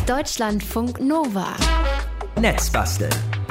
Deutschlandfunk Nova. Netzbasteln.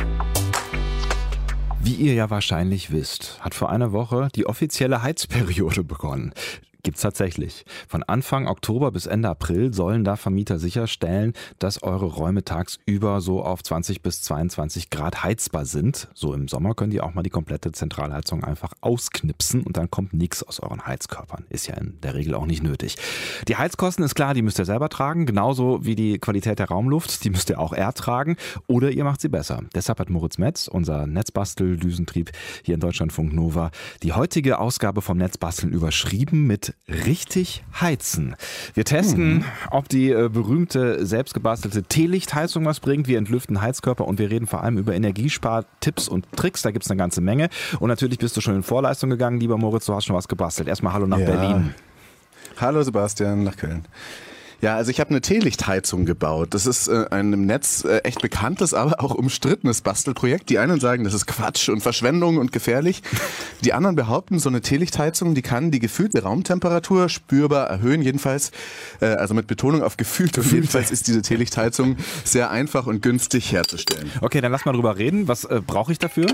Wie ihr ja wahrscheinlich wisst, hat vor einer Woche die offizielle Heizperiode begonnen. Gibt's tatsächlich. Von Anfang Oktober bis Ende April sollen da Vermieter sicherstellen, dass eure Räume tagsüber so auf 20 bis 22 Grad heizbar sind. So im Sommer könnt ihr auch mal die komplette Zentralheizung einfach ausknipsen und dann kommt nichts aus euren Heizkörpern. Ist ja in der Regel auch nicht nötig. Die Heizkosten ist klar, die müsst ihr selber tragen, genauso wie die Qualität der Raumluft, die müsst ihr auch ertragen oder ihr macht sie besser. Deshalb hat Moritz Metz, unser Netzbastel-Düsentrieb hier in Deutschlandfunk Nova, die heutige Ausgabe vom Netzbasteln überschrieben mit richtig heizen. Wir testen, ob die berühmte selbstgebastelte Teelichtheizung was bringt. Wir entlüften Heizkörper und wir reden vor allem über Energiespartipps und Tricks. Da gibt es eine ganze Menge. Und natürlich bist du schon in Vorleistung gegangen, lieber Moritz. Du hast schon was gebastelt. Erstmal hallo nach Berlin. Hallo Sebastian, nach Köln. Ja, also ich habe eine Teelichtheizung gebaut. Das ist ein im Netz echt bekanntes, aber auch umstrittenes Bastelprojekt. Die einen sagen, das ist Quatsch und Verschwendung und gefährlich. Die anderen behaupten, so eine Teelichtheizung, die kann die gefühlte Raumtemperatur spürbar erhöhen. Jedenfalls, also mit Betonung auf gefühlt. Und jedenfalls ist diese Teelichtheizung sehr einfach und günstig herzustellen. Okay, dann lass mal drüber reden. Was brauche ich dafür?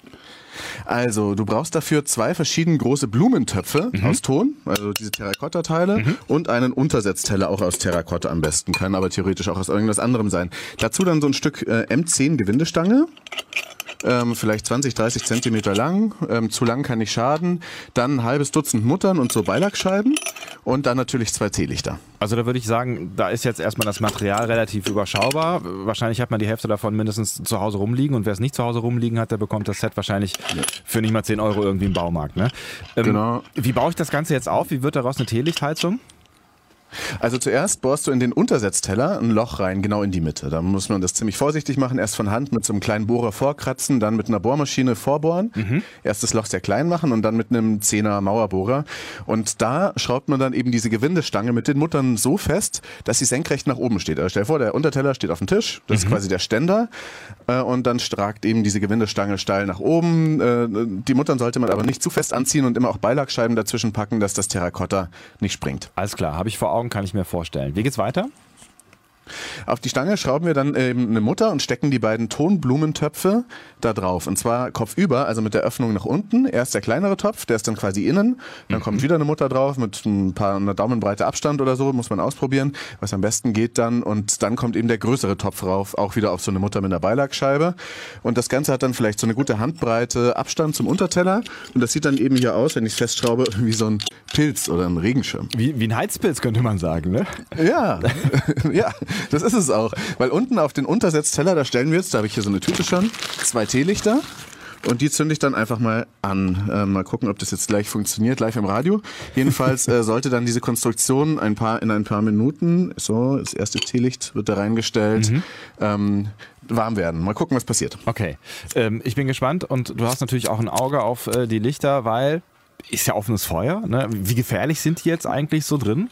Also, du brauchst dafür 2 verschiedene große Blumentöpfe aus Ton, also diese Terrakotta-Teile, und einen Untersetzteller auch aus Terrakotta am besten, kann aber theoretisch auch aus irgendwas anderem sein. Dazu dann so ein Stück M10 Gewindestange. Vielleicht 20, 30 Zentimeter lang, zu lang kann nicht schaden, dann ein halbes Dutzend Muttern und so Beilagscheiben und dann natürlich 2 Teelichter. Also da würde ich sagen, da ist jetzt erstmal das Material relativ überschaubar. Wahrscheinlich hat man die Hälfte davon mindestens zu Hause rumliegen und wer es nicht zu Hause rumliegen hat, der bekommt das Set wahrscheinlich für nicht mal 10 Euro irgendwie im Baumarkt. Ne? Genau. Wie baue ich das Ganze jetzt auf? Wie wird daraus eine Teelichtheizung? Also zuerst bohrst du in den Untersetzteller ein Loch rein, genau in die Mitte. Da muss man das ziemlich vorsichtig machen. Erst von Hand mit so einem kleinen Bohrer vorkratzen, dann mit einer Bohrmaschine vorbohren. Erst das Loch sehr klein machen und dann mit einem 10er Mauerbohrer. Und da schraubt man dann eben diese Gewindestange mit den Muttern so fest, dass sie senkrecht nach oben steht. Also stell dir vor, der Unterteller steht auf dem Tisch, das ist quasi der Ständer. Und dann stragt eben diese Gewindestange steil nach oben. Die Muttern sollte man aber nicht zu fest anziehen und immer auch Beilagscheiben dazwischen packen, dass das Terrakotta nicht springt. Alles klar, habe ich vor Augen, kann ich mir vorstellen. Wie geht's weiter? Auf die Stange schrauben wir dann eben eine Mutter und stecken die beiden Tonblumentöpfe da drauf. Und zwar kopfüber, also mit der Öffnung nach unten. Erst der kleinere Topf, der ist dann quasi innen. Dann kommt wieder eine Mutter drauf mit einer Daumenbreite Abstand oder so. Muss man ausprobieren, was am besten geht dann. Und dann kommt eben der größere Topf rauf, auch wieder auf so eine Mutter mit einer Beilagscheibe. Und das Ganze hat dann vielleicht so eine gute Handbreite Abstand zum Unterteller. Und das sieht dann eben hier aus, wenn ich es festschraube, wie so ein Pilz oder ein Regenschirm. Wie ein Heizpilz könnte man sagen, ne? Ja, ja. Das ist es auch. Weil unten auf den Untersetzteller, da stellen wir jetzt, da habe ich hier so eine Tüte schon, 2 Teelichter. Und die zünde ich dann einfach mal an. Mal gucken, ob das jetzt gleich funktioniert, live im Radio. Jedenfalls sollte dann diese Konstruktion in ein paar Minuten, so, das erste Teelicht wird da reingestellt, warm werden. Mal gucken, was passiert. Okay, ich bin gespannt und du hast natürlich auch ein Auge auf die Lichter, weil ist ja offenes Feuer. Ne? Wie gefährlich sind die jetzt eigentlich so drin?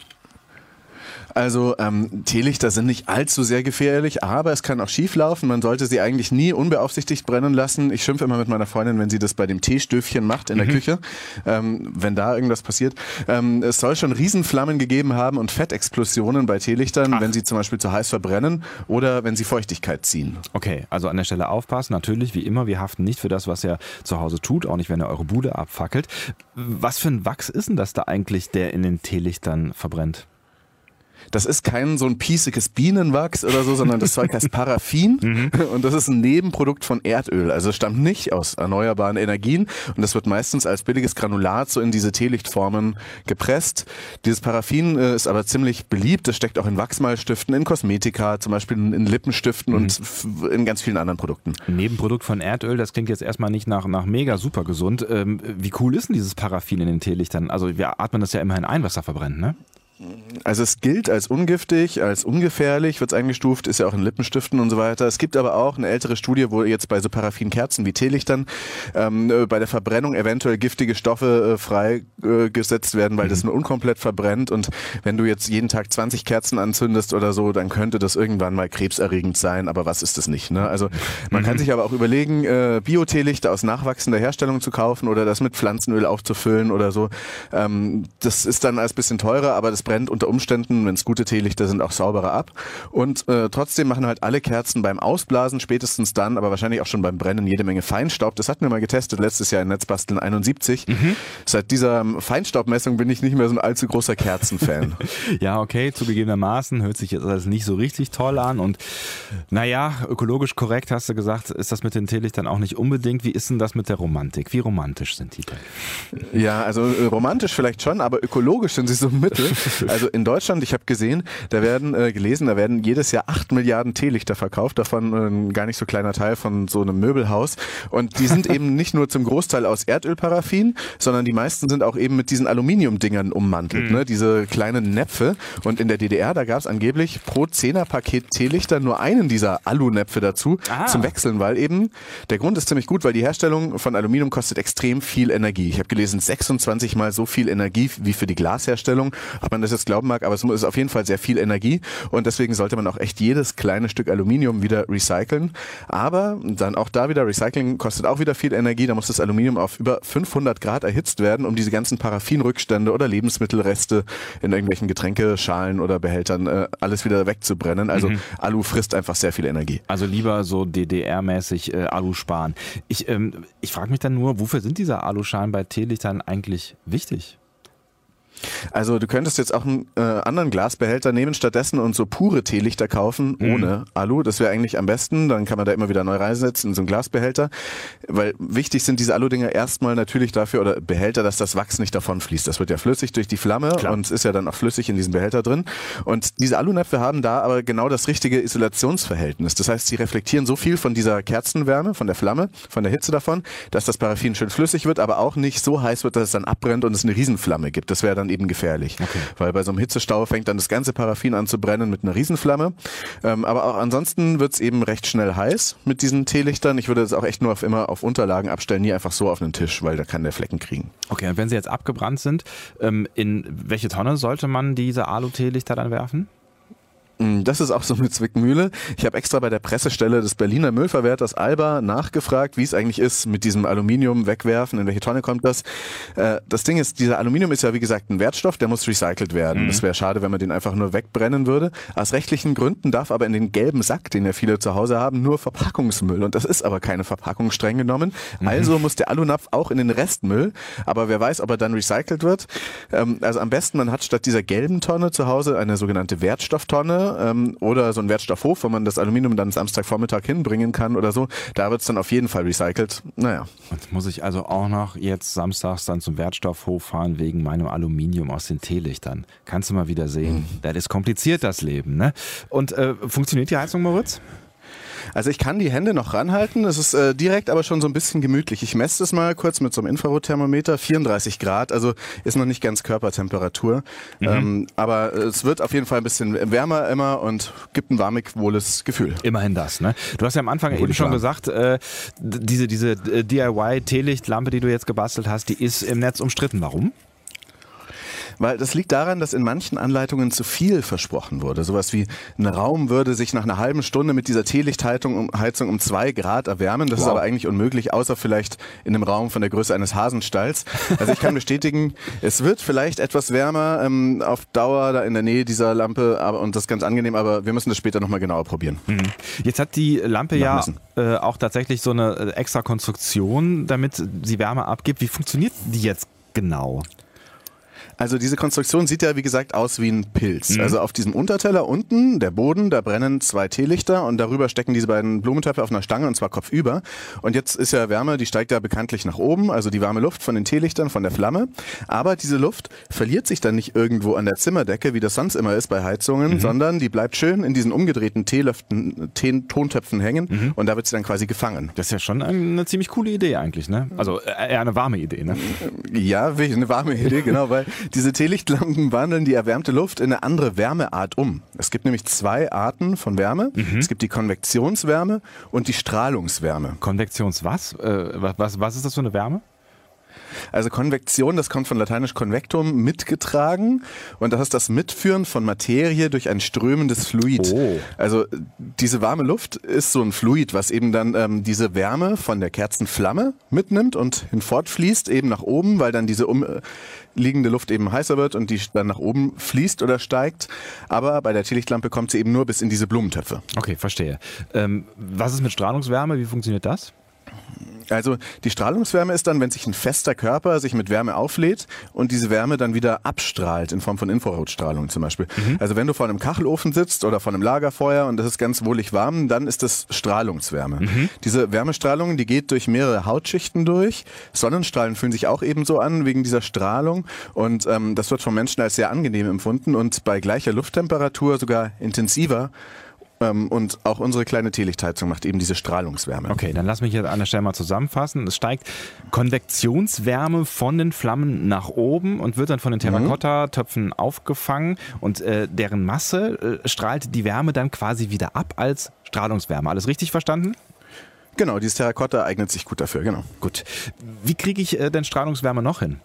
Also Teelichter sind nicht allzu sehr gefährlich, aber es kann auch schief laufen. Man sollte sie eigentlich nie unbeaufsichtigt brennen lassen. Ich schimpfe immer mit meiner Freundin, wenn sie das bei dem Teestöfchen macht in der Küche, wenn da irgendwas passiert. Es soll schon Riesenflammen gegeben haben und Fettexplosionen bei Teelichtern, wenn sie zum Beispiel zu heiß verbrennen oder wenn sie Feuchtigkeit ziehen. Okay, also an der Stelle aufpassen. Natürlich, wie immer, wir haften nicht für das, was ihr zu Hause tut, auch nicht, wenn ihr eure Bude abfackelt. Was für ein Wachs ist denn das da eigentlich, der in den Teelichtern verbrennt? Das ist kein so ein piesiges Bienenwachs oder so, sondern das Zeug heißt Paraffin und das ist ein Nebenprodukt von Erdöl. Also es stammt nicht aus erneuerbaren Energien und das wird meistens als billiges Granulat so in diese Teelichtformen gepresst. Dieses Paraffin ist aber ziemlich beliebt. Das steckt auch in Wachsmalstiften, in Kosmetika, zum Beispiel in Lippenstiften und in ganz vielen anderen Produkten. Ein Nebenprodukt von Erdöl, das klingt jetzt erstmal nicht nach mega super gesund. Wie cool ist denn dieses Paraffin in den Teelichtern? Also wir atmen das ja immerhin ein, was da verbrennt, ne? Also es gilt als ungiftig, als ungefährlich, wird es eingestuft, ist ja auch in Lippenstiften und so weiter. Es gibt aber auch eine ältere Studie, wo jetzt bei so Paraffinkerzen wie Teelichtern bei der Verbrennung eventuell giftige Stoffe freigesetzt werden, weil das nur unkomplett verbrennt. Und wenn du jetzt jeden Tag 20 Kerzen anzündest oder so, dann könnte das irgendwann mal krebserregend sein. Aber was ist das nicht? Ne? Also man kann sich aber auch überlegen, Bio-Teelichter aus nachwachsender Herstellung zu kaufen oder das mit Pflanzenöl aufzufüllen oder so. Das ist dann alles ein bisschen teurer, aber das brennt unter Umständen, wenn es gute Teelichter sind, auch sauberer ab. Und trotzdem machen halt alle Kerzen beim Ausblasen, spätestens dann, aber wahrscheinlich auch schon beim Brennen, jede Menge Feinstaub. Das hatten wir mal getestet letztes Jahr in Netzbasteln 71. Seit dieser Feinstaubmessung bin ich nicht mehr so ein allzu großer Kerzenfan. Ja, okay, zugegebenermaßen hört sich jetzt alles nicht so richtig toll an und naja, ökologisch korrekt hast du gesagt, ist das mit den Teelichtern auch nicht unbedingt. Wie ist denn das mit der Romantik? Wie romantisch sind die denn? Ja, also romantisch vielleicht schon, aber ökologisch sind sie so mittel. Also in Deutschland, ich habe gesehen, da werden jedes Jahr 8 Milliarden Teelichter verkauft, davon ein gar nicht so kleiner Teil von so einem Möbelhaus. Und die sind eben nicht nur zum Großteil aus Erdölparaffin, sondern die meisten sind auch eben mit diesen Aluminiumdingern ummantelt, ne? Diese kleinen Näpfe. Und in der DDR, da gab es angeblich pro 10er-Paket Teelichter nur einen dieser Alunäpfe dazu zum Wechseln, weil eben, der Grund ist ziemlich gut, weil die Herstellung von Aluminium kostet extrem viel Energie. Ich habe gelesen, 26 mal so viel Energie wie für die Glasherstellung, ob man das jetzt glauben mag, aber es ist auf jeden Fall sehr viel Energie und deswegen sollte man auch echt jedes kleine Stück Aluminium wieder recyceln. Aber dann auch da wieder, Recycling kostet auch wieder viel Energie, da muss das Aluminium auf über 500 Grad erhitzt werden, um diese ganzen Paraffinrückstände oder Lebensmittelreste in irgendwelchen Getränkeschalen oder Behältern alles wieder wegzubrennen. Also Alu frisst einfach sehr viel Energie. Also lieber so DDR-mäßig Alu sparen. Ich frage mich dann nur, wofür sind diese Aluschalen bei Teelichtern eigentlich wichtig? Also du könntest jetzt auch einen anderen Glasbehälter nehmen stattdessen und so pure Teelichter kaufen, ohne Alu. Das wäre eigentlich am besten, dann kann man da immer wieder neu reinsetzen in so einen Glasbehälter. Weil wichtig sind diese Aludinger erstmal natürlich dafür, oder Behälter, dass das Wachs nicht davon fließt. Das wird ja flüssig durch die Flamme und ist ja dann auch flüssig in diesem Behälter drin. Und diese Alunäpfe haben da aber genau das richtige Isolationsverhältnis. Das heißt, sie reflektieren so viel von dieser Kerzenwärme, von der Flamme, von der Hitze davon, dass das Paraffin schön flüssig wird, aber auch nicht so heiß wird, dass es dann abbrennt und es eine Riesenflamme gibt. Das wäre dann eben gefährlich. Okay. Weil bei so einem Hitzestau fängt dann das ganze Paraffin an zu brennen mit einer Riesenflamme. Aber auch ansonsten wird es eben recht schnell heiß mit diesen Teelichtern. Ich würde es auch echt nur immer auf Unterlagen abstellen, nie einfach so auf einen Tisch, weil da kann der Flecken kriegen. Okay, und wenn sie jetzt abgebrannt sind, in welche Tonne sollte man diese Alu-Teelichter dann werfen? Das ist auch so eine Zwickmühle. Ich habe extra bei der Pressestelle des Berliner Müllverwerters Alba nachgefragt, wie es eigentlich ist mit diesem Aluminium wegwerfen, in welche Tonne kommt das. Das Ding ist, dieser Aluminium ist ja wie gesagt ein Wertstoff, der muss recycelt werden. Das wäre schade, wenn man den einfach nur wegbrennen würde. Aus rechtlichen Gründen darf aber in den gelben Sack, den ja viele zu Hause haben, nur Verpackungsmüll. Und das ist aber keine Verpackung streng genommen. Also muss der Alunapf auch in den Restmüll. Aber wer weiß, ob er dann recycelt wird. Also am besten, man hat statt dieser gelben Tonne zu Hause eine sogenannte Wertstofftonne oder so ein Wertstoffhof, wo man das Aluminium dann Samstagvormittag hinbringen kann oder so. Da wird es dann auf jeden Fall recycelt. Naja. Und muss ich also auch noch jetzt samstags dann zum Wertstoffhof fahren wegen meinem Aluminium aus den Teelichtern. Kannst du mal wieder sehen. Das ist kompliziert, das Leben, ne? Und funktioniert die Heizung, Moritz? Also ich kann die Hände noch ranhalten, es ist direkt aber schon so ein bisschen gemütlich. Ich messe das mal kurz mit so einem Infrarotthermometer, 34 Grad, also ist noch nicht ganz Körpertemperatur. Aber es wird auf jeden Fall ein bisschen wärmer immer und gibt ein warmig, wohles Gefühl. Immerhin das, ne? Du hast ja am Anfang eben schon gesagt, diese DIY-Teelichtlampe, die du jetzt gebastelt hast, die ist im Netz umstritten. Warum? Weil das liegt daran, dass in manchen Anleitungen zu viel versprochen wurde. Sowas wie ein Raum würde sich nach einer halben Stunde mit dieser Teelichtheizung um 2 Grad erwärmen. Das ist aber eigentlich unmöglich, außer vielleicht in einem Raum von der Größe eines Hasenstalls. Also ich kann bestätigen, es wird vielleicht etwas wärmer auf Dauer da in der Nähe dieser Lampe und das ist ganz angenehm, aber wir müssen das später nochmal genauer probieren. Jetzt hat die Lampe auch tatsächlich so eine extra Konstruktion, damit sie Wärme abgibt. Wie funktioniert die jetzt genau? Also diese Konstruktion sieht ja wie gesagt aus wie ein Pilz. Also auf diesem Unterteller unten, der Boden, da brennen 2 Teelichter und darüber stecken diese beiden Blumentöpfe auf einer Stange und zwar kopfüber. Und jetzt ist ja Wärme, die steigt ja bekanntlich nach oben, also die warme Luft von den Teelichtern, von der Flamme. Aber diese Luft verliert sich dann nicht irgendwo an der Zimmerdecke, wie das sonst immer ist bei Heizungen, sondern die bleibt schön in diesen umgedrehten Tontöpfen hängen und da wird sie dann quasi gefangen. Das ist ja schon eine ziemlich coole Idee eigentlich, ne? Also eher eine warme Idee, ne? Ja, eine warme Idee, genau, weil diese Teelichtlampen wandeln die erwärmte Luft in eine andere Wärmeart um. Es gibt nämlich 2 Arten von Wärme. Es gibt die Konvektionswärme und die Strahlungswärme. Was ist das für eine Wärme? Also Konvektion, das kommt von lateinisch convectum, mitgetragen. Und das ist das Mitführen von Materie durch ein strömendes Fluid. Oh. Also diese warme Luft ist so ein Fluid, was eben dann diese Wärme von der Kerzenflamme mitnimmt und hinfortfließt eben nach oben, weil dann diese umliegende Luft eben heißer wird und die dann nach oben fließt oder steigt. Aber bei der Teelichtlampe kommt sie eben nur bis in diese Blumentöpfe. Okay, verstehe. Was ist mit Strahlungswärme? Wie funktioniert das? Also die Strahlungswärme ist dann, wenn sich ein fester Körper sich mit Wärme auflädt und diese Wärme dann wieder abstrahlt, in Form von Infrarotstrahlung zum Beispiel. Also wenn du vor einem Kachelofen sitzt oder vor einem Lagerfeuer und das ist ganz wohlig warm, dann ist das Strahlungswärme. Diese Wärmestrahlung, die geht durch mehrere Hautschichten durch. Sonnenstrahlen fühlen sich auch ebenso an wegen dieser Strahlung und das wird vom Menschen als sehr angenehm empfunden und bei gleicher Lufttemperatur sogar intensiver. Und auch unsere kleine Teelichtheizung macht eben diese Strahlungswärme. Okay, dann lass mich jetzt an der Stelle mal zusammenfassen. Es steigt Konvektionswärme von den Flammen nach oben und wird dann von den Terrakotta-Töpfen aufgefangen und deren Masse strahlt die Wärme dann quasi wieder ab als Strahlungswärme. Alles richtig verstanden? Genau, dieses Terrakotta eignet sich gut dafür, genau. Gut. Wie kriege ich denn Strahlungswärme noch hin?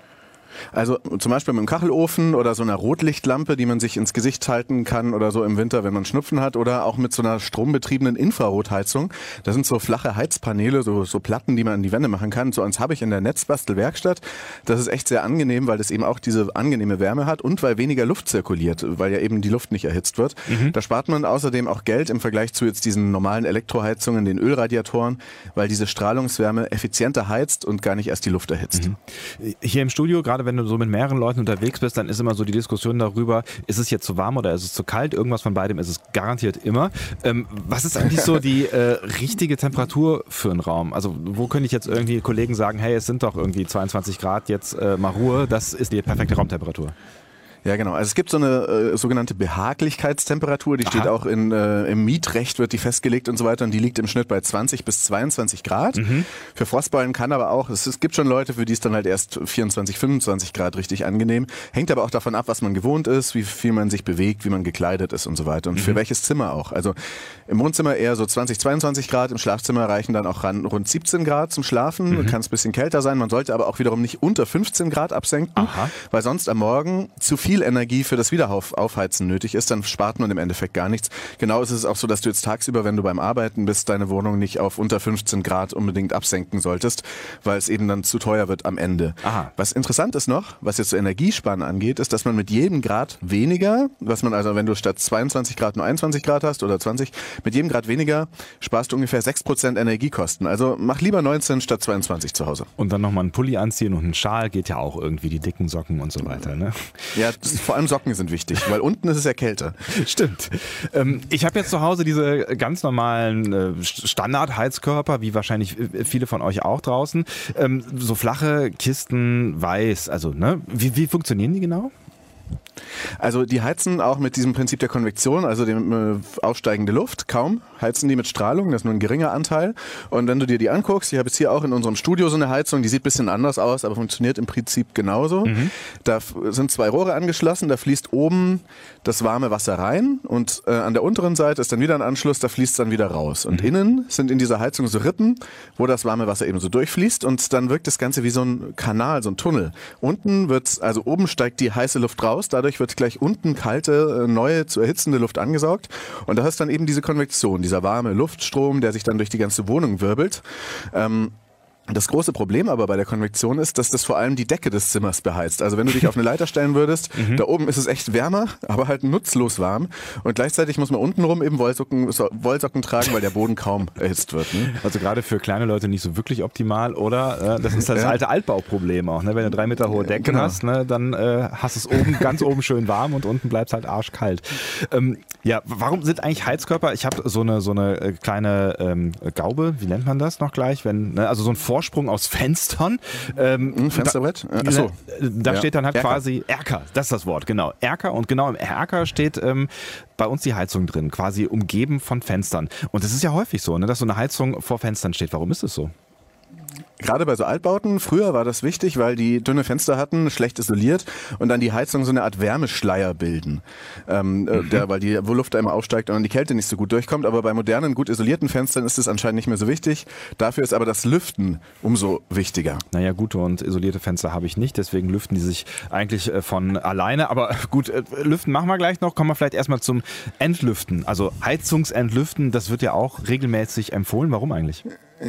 Also zum Beispiel mit einem Kachelofen oder so einer Rotlichtlampe, die man sich ins Gesicht halten kann oder so im Winter, wenn man Schnupfen hat, oder auch mit so einer strombetriebenen Infrarotheizung. Das sind so flache Heizpaneele, so Platten, die man an die Wände machen kann. So eins habe ich in der Netzbastelwerkstatt. Das ist echt sehr angenehm, weil das eben auch diese angenehme Wärme hat und weil weniger Luft zirkuliert, weil ja eben die Luft nicht erhitzt wird. Da spart man außerdem auch Geld im Vergleich zu jetzt diesen normalen Elektroheizungen, den Ölradiatoren, weil diese Strahlungswärme effizienter heizt und gar nicht erst die Luft erhitzt. Hier im Studio, gerade wenn du so mit mehreren Leuten unterwegs bist, dann ist immer so die Diskussion darüber, ist es jetzt zu warm oder ist es zu kalt? Irgendwas von beidem ist es garantiert immer. Was ist eigentlich so die richtige Temperatur für einen Raum? Also wo könnte ich jetzt irgendwie Kollegen sagen, hey, es sind doch irgendwie 22 Grad, jetzt mal Ruhe, das ist die perfekte Raumtemperatur? Ja, genau. Also es gibt so eine sogenannte Behaglichkeitstemperatur, die steht auch im Mietrecht, wird die festgelegt und so weiter, und die liegt im Schnitt bei 20 bis 22 Grad. Für Frostbeulen kann aber auch, es gibt schon Leute, für die ist dann halt erst 24, 25 Grad richtig angenehm. Hängt aber auch davon ab, was man gewohnt ist, wie viel man sich bewegt, wie man gekleidet ist und so weiter und für welches Zimmer auch. Also im Wohnzimmer eher so 20, 22 Grad, im Schlafzimmer reichen dann auch rund 17 Grad zum Schlafen, kann es ein bisschen kälter sein, man sollte aber auch wiederum nicht unter 15 Grad absenken, weil sonst am Morgen zu viel Energie für das Wiederaufheizen nötig ist, dann spart man im Endeffekt gar nichts. Genau ist es auch so, dass du jetzt tagsüber, wenn du beim Arbeiten bist, deine Wohnung nicht auf unter 15 Grad unbedingt absenken solltest, weil es eben dann zu teuer wird am Ende. Was interessant ist noch, was jetzt so Energiesparen angeht, ist, dass man mit jedem Grad weniger, was man also, wenn du statt 22 Grad nur 21 Grad hast oder 20, mit jedem Grad weniger sparst du ungefähr 6% Energiekosten. Also mach lieber 19 statt 22 zu Hause. Und dann nochmal einen Pulli anziehen und einen Schal, geht ja auch irgendwie, die dicken Socken und so weiter, ne? Ja, vor allem Socken sind wichtig, weil unten ist es ja kälter. Stimmt. Ich habe jetzt zu Hause diese ganz normalen Standard-Heizkörper, wie wahrscheinlich viele von euch auch draußen. So flache Kisten, weiß, also ne? Wie funktionieren die genau? Also die heizen auch mit diesem Prinzip der Konvektion, also dem aufsteigende Luft, kaum heizen die mit Strahlung, das ist nur ein geringer Anteil. Und wenn du dir die anguckst, ich habe jetzt hier auch in unserem Studio so eine Heizung, die sieht ein bisschen anders aus, aber funktioniert im Prinzip genauso. Da sind 2 Rohre angeschlossen, da fließt oben das warme Wasser rein und an der unteren Seite ist dann wieder ein Anschluss, da fließt es dann wieder raus. Und innen sind in dieser Heizung so Rippen, wo das warme Wasser eben so durchfließt und dann wirkt das Ganze wie so ein Kanal, so ein Tunnel. Oben steigt die heiße Luft raus, dadurch wird gleich unten kalte, neue, zu erhitzende Luft angesaugt. Und das ist dann eben diese Konvektion, dieser warme Luftstrom, der sich dann durch die ganze Wohnung wirbelt. Das große Problem aber bei der Konvektion ist, dass das vor allem die Decke des Zimmers beheizt. Also wenn du dich auf eine Leiter stellen würdest, da oben ist es echt wärmer, aber halt nutzlos warm. Und gleichzeitig muss man untenrum eben Wollsocken tragen, weil der Boden kaum erhitzt wird. Ne? Also gerade für kleine Leute nicht so wirklich optimal, oder? Das ist das alte Altbauproblem auch. Ne? Wenn du 3 Meter hohe Decken hast, ne, dann hast du es ganz oben schön warm und unten bleibt es halt arschkalt. Warum sind eigentlich Heizkörper? Ich habe so eine kleine Gaube, wie nennt man das noch gleich? Also so ein Vorsprung aus Fenstern. Fensterbrett? Achso. Da steht dann halt quasi Erker, das ist das Wort, genau. Erker, und genau im Erker steht bei uns die Heizung drin, quasi umgeben von Fenstern. Und das ist ja häufig so, ne, dass so eine Heizung vor Fenstern steht. Warum ist es so? Gerade bei so Altbauten, früher war das wichtig, weil die dünne Fenster hatten, schlecht isoliert und dann die Heizung so eine Art Wärmeschleier bilden, weil die Luft da immer aufsteigt und dann die Kälte nicht so gut durchkommt. Aber bei modernen, gut isolierten Fenstern ist es anscheinend nicht mehr so wichtig. Dafür ist aber das Lüften umso wichtiger. Naja, gute und isolierte Fenster habe ich nicht, deswegen lüften die sich eigentlich von alleine. Aber gut, lüften machen wir gleich noch. Kommen wir vielleicht erstmal zum Entlüften. Also Heizungsentlüften, das wird ja auch regelmäßig empfohlen. Warum eigentlich?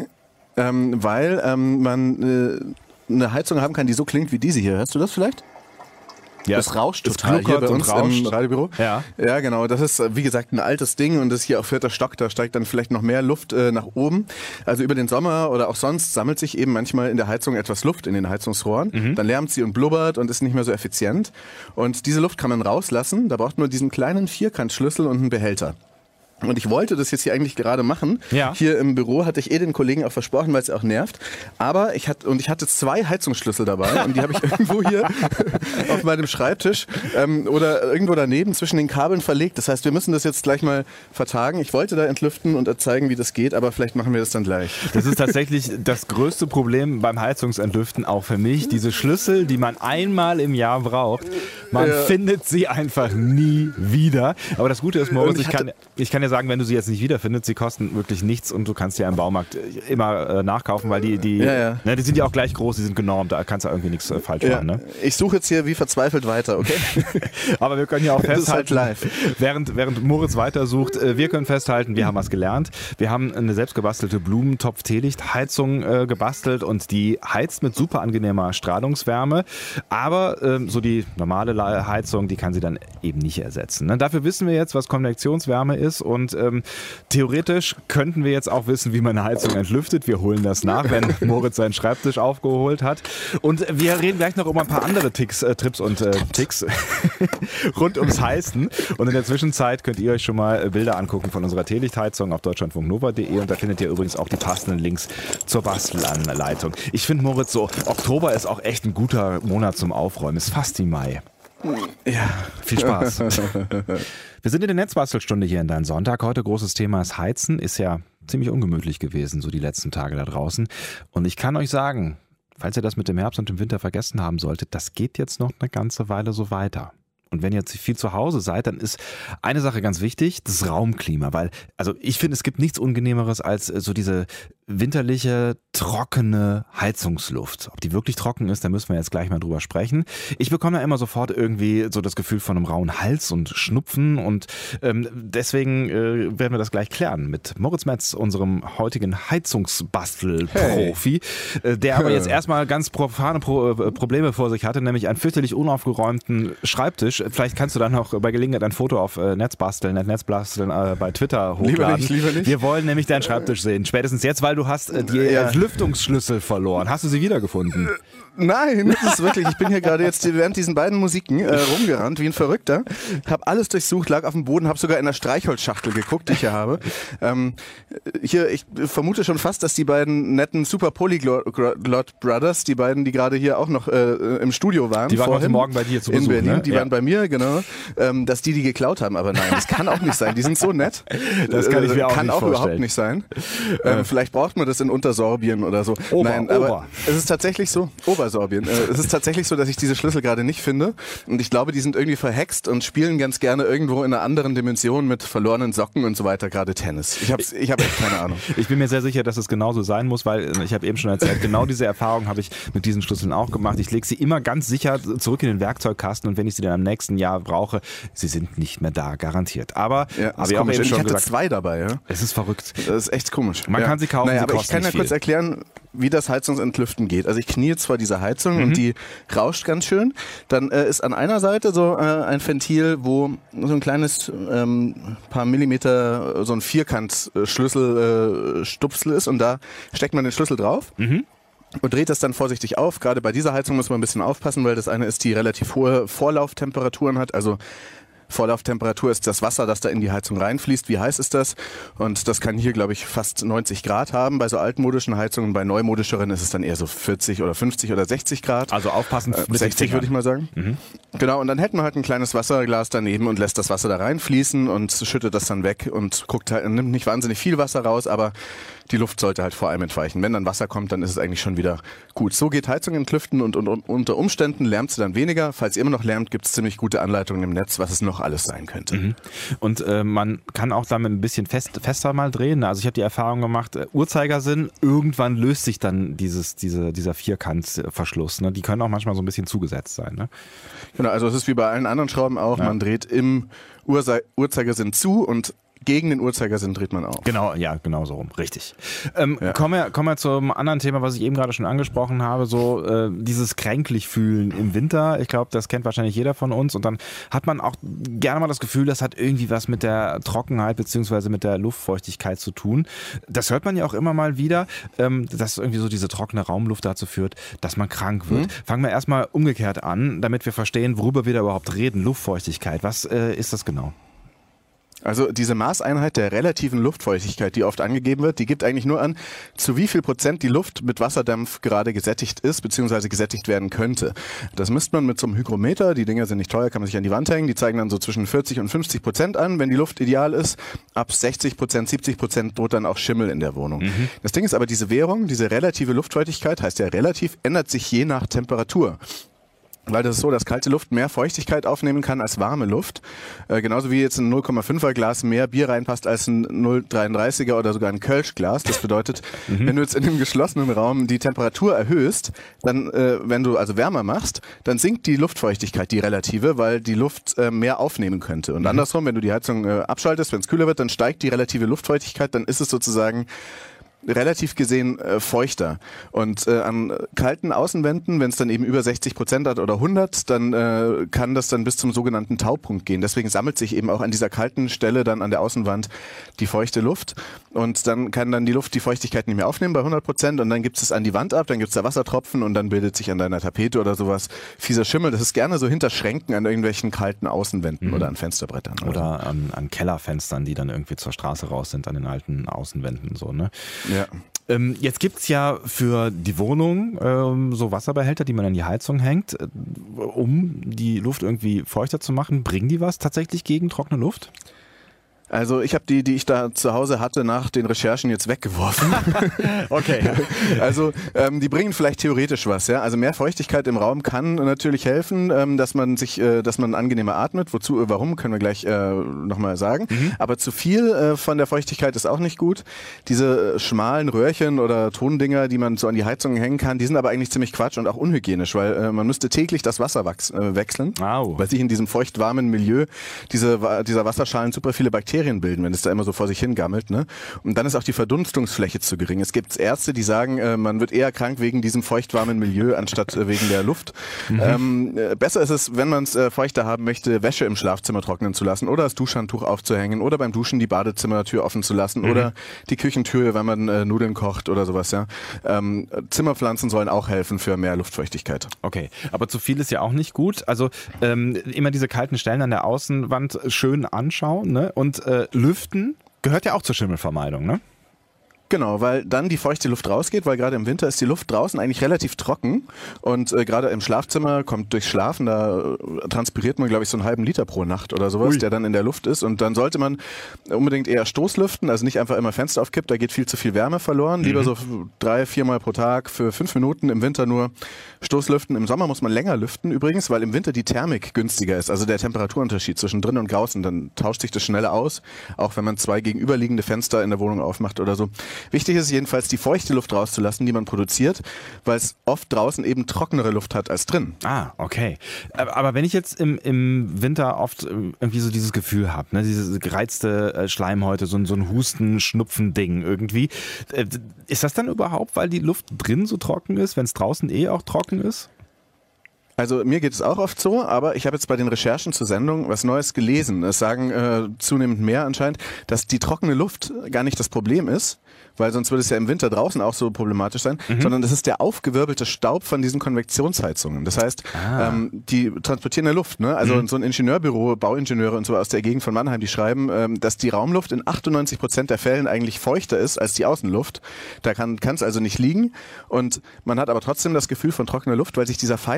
Weil man eine Heizung haben kann, die so klingt wie diese hier. Hörst du das vielleicht? Ja, das rauscht total hier bei uns im Radiobüro. Ja. Ja, genau. Das ist, wie gesagt, ein altes Ding und das ist hier auf 4. Stock. Da steigt dann vielleicht noch mehr Luft nach oben. Also über den Sommer oder auch sonst sammelt sich eben manchmal in der Heizung etwas Luft in den Heizungsrohren. Dann lärmt sie und blubbert und ist nicht mehr so effizient. Und diese Luft kann man rauslassen. Da braucht man diesen kleinen Vierkantschlüssel und einen Behälter. Und ich wollte das jetzt hier eigentlich gerade machen. Ja. Hier im Büro hatte ich den Kollegen auch versprochen, weil es auch nervt. Aber ich hatte 2 Heizungsschlüssel dabei und die habe ich irgendwo hier auf meinem Schreibtisch oder irgendwo daneben zwischen den Kabeln verlegt. Das heißt, wir müssen das jetzt gleich mal vertagen. Ich wollte da entlüften und zeigen, wie das geht, aber vielleicht machen wir das dann gleich. Das ist tatsächlich das größte Problem beim Heizungsentlüften auch für mich. Diese Schlüssel, die man einmal im Jahr braucht, man findet sie einfach nie wieder. Aber das Gute ist, Moritz, ich kann ja sagen, wenn du sie jetzt nicht wiederfindest, sie kosten wirklich nichts und du kannst sie ja im Baumarkt immer nachkaufen, weil die sind ja auch gleich groß, die sind genormt, da kannst du irgendwie nichts falsch machen. Ne? Ich suche jetzt hier wie verzweifelt weiter, okay? Aber wir können ja auch festhalten, das ist halt live. Während Moritz weitersucht, wir können festhalten, wir haben was gelernt. Wir haben eine selbstgebastelte Blumentopf-Teelichtheizung gebastelt und die heizt mit super angenehmer Strahlungswärme, aber so die normale Heizung, die kann sie dann eben nicht ersetzen. Ne? Dafür wissen wir jetzt, was Konvektionswärme ist und theoretisch könnten wir jetzt auch wissen, wie man eine Heizung entlüftet. Wir holen das nach, wenn Moritz seinen Schreibtisch aufgeholt hat. Und wir reden gleich noch über ein paar andere Trips und Ticks rund ums Heizen. Und in der Zwischenzeit könnt ihr euch schon mal Bilder angucken von unserer Teelichtheizung auf deutschlandfunknova.de und da findet ihr übrigens auch die passenden Links zur Bastelanleitung. Ich finde, Moritz, so Oktober ist auch echt ein guter Monat zum Aufräumen. Ist fast wie Mai. Ja. Viel Spaß. Wir sind in der Netzbastelstunde hier in Dein Sonntag. Heute großes Thema ist Heizen. Ist ja ziemlich ungemütlich gewesen, so die letzten Tage da draußen. Und ich kann euch sagen, falls ihr das mit dem Herbst und dem Winter vergessen haben solltet, das geht jetzt noch eine ganze Weile so weiter. Und wenn ihr jetzt viel zu Hause seid, dann ist eine Sache ganz wichtig, das Raumklima. Weil, also ich finde, es gibt nichts Ungenehmeres als so diese winterliche, trockene Heizungsluft. Ob die wirklich trocken ist, da müssen wir jetzt gleich mal drüber sprechen. Ich bekomme ja immer sofort irgendwie so das Gefühl von einem rauen Hals und Schnupfen und deswegen werden wir das gleich klären mit Moritz Metz, unserem heutigen Heizungsbastelprofi, der aber jetzt erstmal ganz profane Probleme vor sich hatte, nämlich einen fürchterlich unaufgeräumten Schreibtisch. Vielleicht kannst du dann noch bei Gelegenheit ein Foto auf Netzbasteln bei Twitter hochladen. Lieber nicht. Wir wollen nämlich deinen Schreibtisch sehen. Spätestens jetzt, weil du hast die Lüftungsschlüssel verloren. Hast du sie wiedergefunden? Nein, das ist wirklich, ich bin hier gerade jetzt während diesen beiden Musiken rumgerannt, wie ein Verrückter. Hab alles durchsucht, lag auf dem Boden, hab sogar in der Streichholzschachtel geguckt, die ich hier habe. Ich vermute schon fast, dass die beiden netten Super Polyglot Brothers, die beiden, die gerade hier auch noch im Studio waren. Die waren heute Morgen bei dir zu Besuch, in Berlin, ne? Die waren bei mir, genau. Dass die geklaut haben, aber nein, das kann auch nicht sein. Die sind so nett. Das kann ich mir auch kann nicht auch vorstellen. Überhaupt nicht sein. Vielleicht braucht man das in Untersorbien oder so. Nein, aber es ist tatsächlich so. Obersorbien. Es ist tatsächlich so, dass ich diese Schlüssel gerade nicht finde. Und ich glaube, die sind irgendwie verhext und spielen ganz gerne irgendwo in einer anderen Dimension mit verlorenen Socken und so weiter gerade Tennis. Ich habe echt keine Ahnung. Ich bin mir sehr sicher, dass es genauso sein muss, weil ich habe eben schon erzählt, genau diese Erfahrung habe ich mit diesen Schlüsseln auch gemacht. Ich lege sie immer ganz sicher zurück in den Werkzeugkasten und wenn ich sie dann am nächsten Jahr brauche, sie sind nicht mehr da, garantiert. Aber ich hatte 2 dabei. Ja? Es ist verrückt. Das ist echt komisch. Man kann sie kaufen, sie aber kosten ich kann ja kurz erklären, wie das Heizungsentlüften geht. Also ich knie jetzt vor dieser Heizung und die rauscht ganz schön. Dann ist an einer Seite so ein Ventil, wo so ein kleines paar Millimeter so ein Vierkant-Schlüssel-Stupsel ist und da steckt man den Schlüssel drauf. Und dreht das dann vorsichtig auf. Gerade bei dieser Heizung muss man ein bisschen aufpassen, weil das eine ist, die relativ hohe Vorlauftemperaturen hat. Also Vorlauftemperatur ist das Wasser, das da in die Heizung reinfließt. Wie heiß ist das? Und das kann hier, glaube ich, fast 90 Grad haben bei so altmodischen Heizungen. Bei neumodischeren ist es dann eher so 40 oder 50 oder 60 Grad. Also aufpassen. 60 würde ich mal sagen. Genau, und dann hält man halt ein kleines Wasserglas daneben und lässt das Wasser da reinfließen und schüttet das dann weg und guckt halt, nimmt nicht wahnsinnig viel Wasser raus, aber die Luft sollte halt vor allem entweichen. Wenn dann Wasser kommt, dann ist es eigentlich schon wieder gut. So geht Heizung in Klüften und unter Umständen lärmt sie dann weniger. Falls ihr immer noch lärmt, gibt es ziemlich gute Anleitungen im Netz, was es noch alles sein könnte. Mhm. Und man kann auch damit ein bisschen fester mal drehen. Also ich habe die Erfahrung gemacht, Uhrzeigersinn, irgendwann löst sich dann dieser Vierkantverschluss. Ne? Die können auch manchmal so ein bisschen zugesetzt sein. Ne? Genau, also es ist wie bei allen anderen Schrauben auch, man dreht im Uhrzeigersinn zu und gegen den Uhrzeigersinn dreht man auf. Genau, ja, genau so rum, richtig. Kommen wir zum anderen Thema, was ich eben gerade schon angesprochen habe, so dieses kränklich fühlen im Winter. Ich glaube, das kennt wahrscheinlich jeder von uns und dann hat man auch gerne mal das Gefühl, das hat irgendwie was mit der Trockenheit bzw. mit der Luftfeuchtigkeit zu tun. Das hört man ja auch immer mal wieder, dass irgendwie so diese trockene Raumluft dazu führt, dass man krank wird. Fangen wir erstmal umgekehrt an, damit wir verstehen, worüber wir da überhaupt reden. Luftfeuchtigkeit, was ist das genau? Also diese Maßeinheit der relativen Luftfeuchtigkeit, die oft angegeben wird, die gibt eigentlich nur an, zu wie viel Prozent die Luft mit Wasserdampf gerade gesättigt ist, beziehungsweise gesättigt werden könnte. Das misst man mit so einem Hygrometer, die Dinger sind nicht teuer, kann man sich an die Wand hängen, die zeigen dann so zwischen 40 und 50% an, wenn die Luft ideal ist. Ab 60%, 70% droht dann auch Schimmel in der Wohnung. Das Ding ist aber, diese Währung, diese relative Luftfeuchtigkeit, heißt ja relativ, ändert sich je nach Temperatur. Weil das ist so, dass kalte Luft mehr Feuchtigkeit aufnehmen kann als warme Luft. Genauso wie jetzt ein 0,5er Glas mehr Bier reinpasst als ein 0,33er oder sogar ein Kölschglas. Das bedeutet, wenn du jetzt in einem geschlossenen Raum die Temperatur erhöhst, dann, wenn du also wärmer machst, dann sinkt die Luftfeuchtigkeit, die relative, weil die Luft mehr aufnehmen könnte. Und andersrum, wenn du die Heizung abschaltest, wenn es kühler wird, dann steigt die relative Luftfeuchtigkeit, dann ist es sozusagen relativ gesehen feuchter. Und an kalten Außenwänden, wenn es dann eben über 60% hat oder 100, dann kann das dann bis zum sogenannten Taupunkt gehen. Deswegen sammelt sich eben auch an dieser kalten Stelle dann an der Außenwand die feuchte Luft. Und dann kann dann die Luft die Feuchtigkeit nicht mehr aufnehmen bei 100% und dann gibt es an die Wand ab, dann gibt es da Wassertropfen und dann bildet sich an deiner Tapete oder sowas fieser Schimmel. Das ist gerne so hinter Schränken an irgendwelchen kalten Außenwänden oder an Fensterbrettern. Oder an Kellerfenstern, die dann irgendwie zur Straße raus sind, an den alten Außenwänden. So, ne? Ja. Jetzt gibt es ja für die Wohnung so Wasserbehälter, die man an die Heizung hängt, um die Luft irgendwie feuchter zu machen. Bringen die was tatsächlich gegen trockene Luft? Also ich habe die ich da zu Hause hatte, nach den Recherchen jetzt weggeworfen. Okay. Also die bringen vielleicht theoretisch was, ja. Also mehr Feuchtigkeit im Raum kann natürlich helfen, dass man angenehmer atmet. Warum, können wir gleich nochmal sagen. Aber zu viel von der Feuchtigkeit ist auch nicht gut. Diese schmalen Röhrchen oder Tondinger, die man so an die Heizung hängen kann, die sind aber eigentlich ziemlich Quatsch und auch unhygienisch, weil man müsste täglich das Wasser wechseln, weil sich in diesem feucht-warmen Milieu dieser Wasserschalen super viele Bakterien bilden, wenn es da immer so vor sich hingammelt. Ne? Und dann ist auch die Verdunstungsfläche zu gering. Es gibt Ärzte, die sagen, man wird eher krank wegen diesem feuchtwarmen Milieu, anstatt wegen der Luft. Besser ist es, wenn man es feuchter haben möchte, Wäsche im Schlafzimmer trocknen zu lassen oder das Duschhandtuch aufzuhängen oder beim Duschen die Badezimmertür offen zu lassen oder die Küchentür, wenn man Nudeln kocht oder sowas. Ja. Zimmerpflanzen sollen auch helfen für mehr Luftfeuchtigkeit. Okay, aber zu viel ist ja auch nicht gut. Also immer diese kalten Stellen an der Außenwand schön anschauen, ne? Und lüften gehört ja auch zur Schimmelvermeidung, ne? Genau, weil dann die feuchte Luft rausgeht, weil gerade im Winter ist die Luft draußen eigentlich relativ trocken und gerade im Schlafzimmer kommt durchs Schlafen, da transpiriert man, glaube ich, so einen halben Liter pro Nacht oder sowas, der dann in der Luft ist und dann sollte man unbedingt eher Stoßlüften, also nicht einfach immer Fenster aufkippt, da geht viel zu viel Wärme verloren, lieber so 3-4 Mal pro Tag für 5 Minuten, im Winter nur Stoßlüften. Im Sommer muss man länger lüften übrigens, weil im Winter die Thermik günstiger ist, also der Temperaturunterschied zwischen drinnen und draußen, dann tauscht sich das schneller aus, auch wenn man 2 gegenüberliegende Fenster in der Wohnung aufmacht oder so. Wichtig ist jedenfalls, die feuchte Luft rauszulassen, die man produziert, weil es oft draußen eben trockenere Luft hat als drin. Ah, okay. Aber wenn ich jetzt im Winter oft irgendwie so dieses Gefühl habe, ne, diese gereizte Schleimhäute, so ein Husten-Schnupfen-Ding irgendwie, ist das dann überhaupt, weil die Luft drin so trocken ist, wenn es draußen auch trocken ist? Also mir geht es auch oft so, aber ich habe jetzt bei den Recherchen zur Sendung was Neues gelesen. Es sagen zunehmend mehr anscheinend, dass die trockene Luft gar nicht das Problem ist, weil sonst würde es ja im Winter draußen auch so problematisch sein, sondern das ist der aufgewirbelte Staub von diesen Konvektionsheizungen. Das heißt, die transportieren ja Luft. Ne? Also so ein Ingenieurbüro, Bauingenieure und so aus der Gegend von Mannheim, die schreiben, dass die Raumluft in 98% der Fällen eigentlich feuchter ist als die Außenluft. Da kann es also nicht liegen und man hat aber trotzdem das Gefühl von trockener Luft, weil sich dieser feine Staub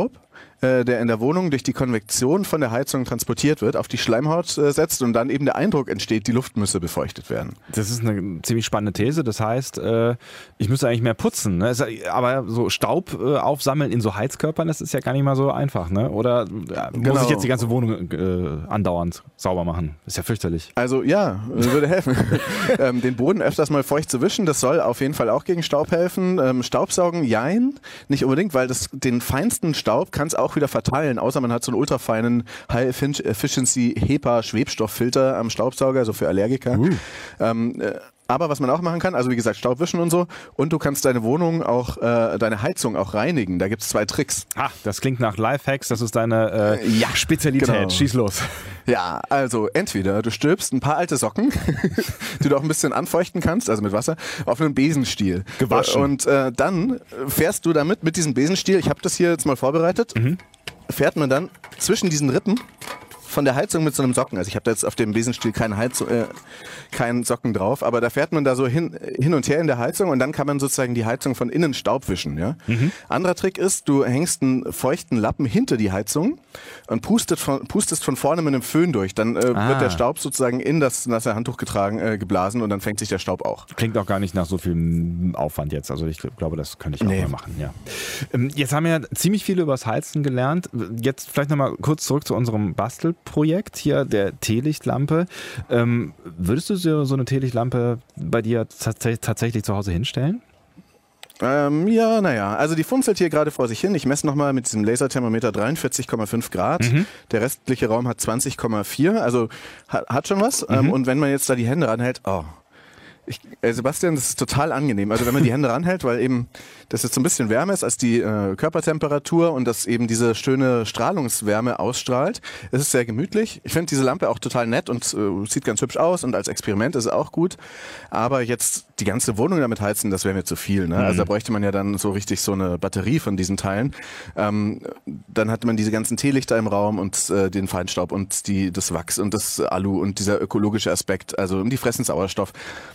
Staub, der in der Wohnung durch die Konvektion von der Heizung transportiert wird, auf die Schleimhaut setzt und dann eben der Eindruck entsteht, die Luft müsse befeuchtet werden. Das ist eine ziemlich spannende These. Das heißt, ich müsste eigentlich mehr putzen. Ne? Aber so Staub aufsammeln in so Heizkörpern, das ist ja gar nicht mal so einfach. Ne? Oder muss ich jetzt die ganze Wohnung andauernd sauber machen? Ist ja fürchterlich. Also ja, würde helfen. Den Boden öfters mal feucht zu wischen, das soll auf jeden Fall auch gegen Staub helfen. Staubsaugen, jein, nicht unbedingt, weil den feinsten Staub kann es auch wieder verteilen, außer man hat so einen ultrafeinen High-Efficiency HEPA-Schwebstofffilter am Staubsauger, also für Allergiker. Aber was man auch machen kann, also wie gesagt, Staub wischen und so, und du kannst deine Wohnung auch, deine Heizung auch reinigen. Da gibt es 2 Tricks. Das klingt nach Lifehacks, das ist deine Spezialität. Genau. Schieß los. Ja, also entweder du stülpst ein paar alte Socken, die du auch ein bisschen anfeuchten kannst, also mit Wasser, auf einen Besenstiel. Gewaschen. Und dann fährst du damit, mit diesem Besenstiel, ich habe das hier jetzt mal vorbereitet, fährt man dann zwischen diesen Rippen von der Heizung mit so einem Socken. Also ich habe da jetzt auf dem Besenstiel keinen Socken drauf, aber da fährt man da so hin und her in der Heizung und dann kann man sozusagen die Heizung von innen Staub wischen. Ja? Anderer Trick ist, du hängst einen feuchten Lappen hinter die Heizung und pustest von vorne mit einem Föhn durch. Dann wird der Staub sozusagen in das nasse Handtuch geblasen und dann fängt sich der Staub auch. Klingt auch gar nicht nach so viel Aufwand jetzt. Also ich glaube, das könnte ich auch mal machen. Ja. Jetzt haben wir ja ziemlich viel über das Heizen gelernt. Jetzt vielleicht nochmal kurz zurück zu unserem Bastelprojekt hier, der Teelichtlampe. Würdest du so eine Teelichtlampe bei dir tatsächlich zu Hause hinstellen? Also die funzelt hier gerade vor sich hin. Ich messe nochmal mit diesem Laserthermometer 43,5 Grad. Der restliche Raum hat 20,4, also hat schon was. Und wenn man jetzt da die Hände ranhält, Sebastian, das ist total angenehm. Also wenn man die Hände ranhält, weil eben das jetzt so ein bisschen wärmer ist als die Körpertemperatur und das eben diese schöne Strahlungswärme ausstrahlt, es ist sehr gemütlich. Ich finde diese Lampe auch total nett und sieht ganz hübsch aus und als Experiment ist es auch gut. Aber jetzt die ganze Wohnung damit heizen, das wäre mir zu viel. Ne? Also da bräuchte man ja dann so richtig so eine Batterie von diesen Teilen. Dann hat man diese ganzen Teelichter im Raum und den Feinstaub und das Wachs und das Alu und dieser ökologische Aspekt, also die fressen Sauerstoff.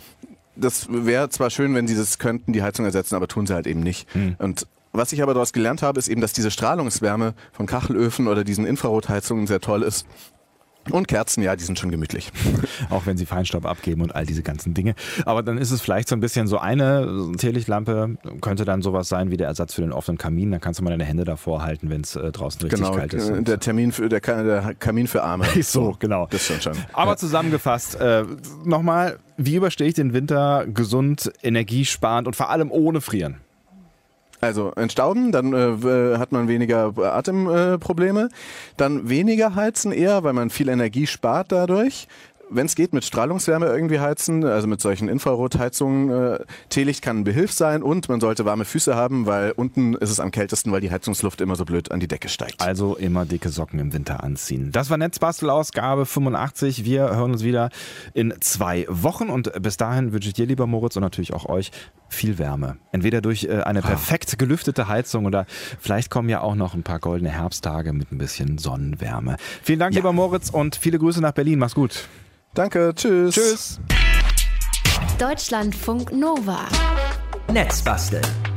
Das wäre zwar schön, wenn sie das könnten, die Heizung ersetzen, aber tun sie halt eben nicht. Und was ich aber daraus gelernt habe, ist eben, dass diese Strahlungswärme von Kachelöfen oder diesen Infrarotheizungen sehr toll ist. Und Kerzen, ja, die sind schon gemütlich. Auch wenn sie Feinstaub abgeben und all diese ganzen Dinge. Aber dann ist es vielleicht so ein bisschen so eine Teelichtlampe, könnte dann sowas sein wie der Ersatz für den offenen Kamin. Dann kannst du mal deine Hände davor halten, wenn es draußen richtig kalt ist. Der Kamin für Arme. So, genau. Das stimmt schon. Aber zusammengefasst, nochmal, wie überstehe ich den Winter gesund, energiesparend und vor allem ohne Frieren? Also entstauben, dann hat man weniger Atemprobleme, dann weniger heizen eher, weil man viel Energie spart dadurch. Wenn es geht, mit Strahlungswärme irgendwie heizen, also mit solchen Infrarotheizungen. Teelicht kann ein Behilf sein und man sollte warme Füße haben, weil unten ist es am kältesten, weil die Heizungsluft immer so blöd an die Decke steigt. Also immer dicke Socken im Winter anziehen. Das war Netzbastel-Ausgabe 85. Wir hören uns wieder in 2 Wochen und bis dahin wünsche ich dir, lieber Moritz, und natürlich auch euch viel Wärme. Entweder durch eine perfekt gelüftete Heizung oder vielleicht kommen ja auch noch ein paar goldene Herbsttage mit ein bisschen Sonnenwärme. Vielen Dank, lieber Moritz, und viele Grüße nach Berlin. Mach's gut. Danke, tschüss. Tschüss. Deutschlandfunk Nova. Netzbasteln.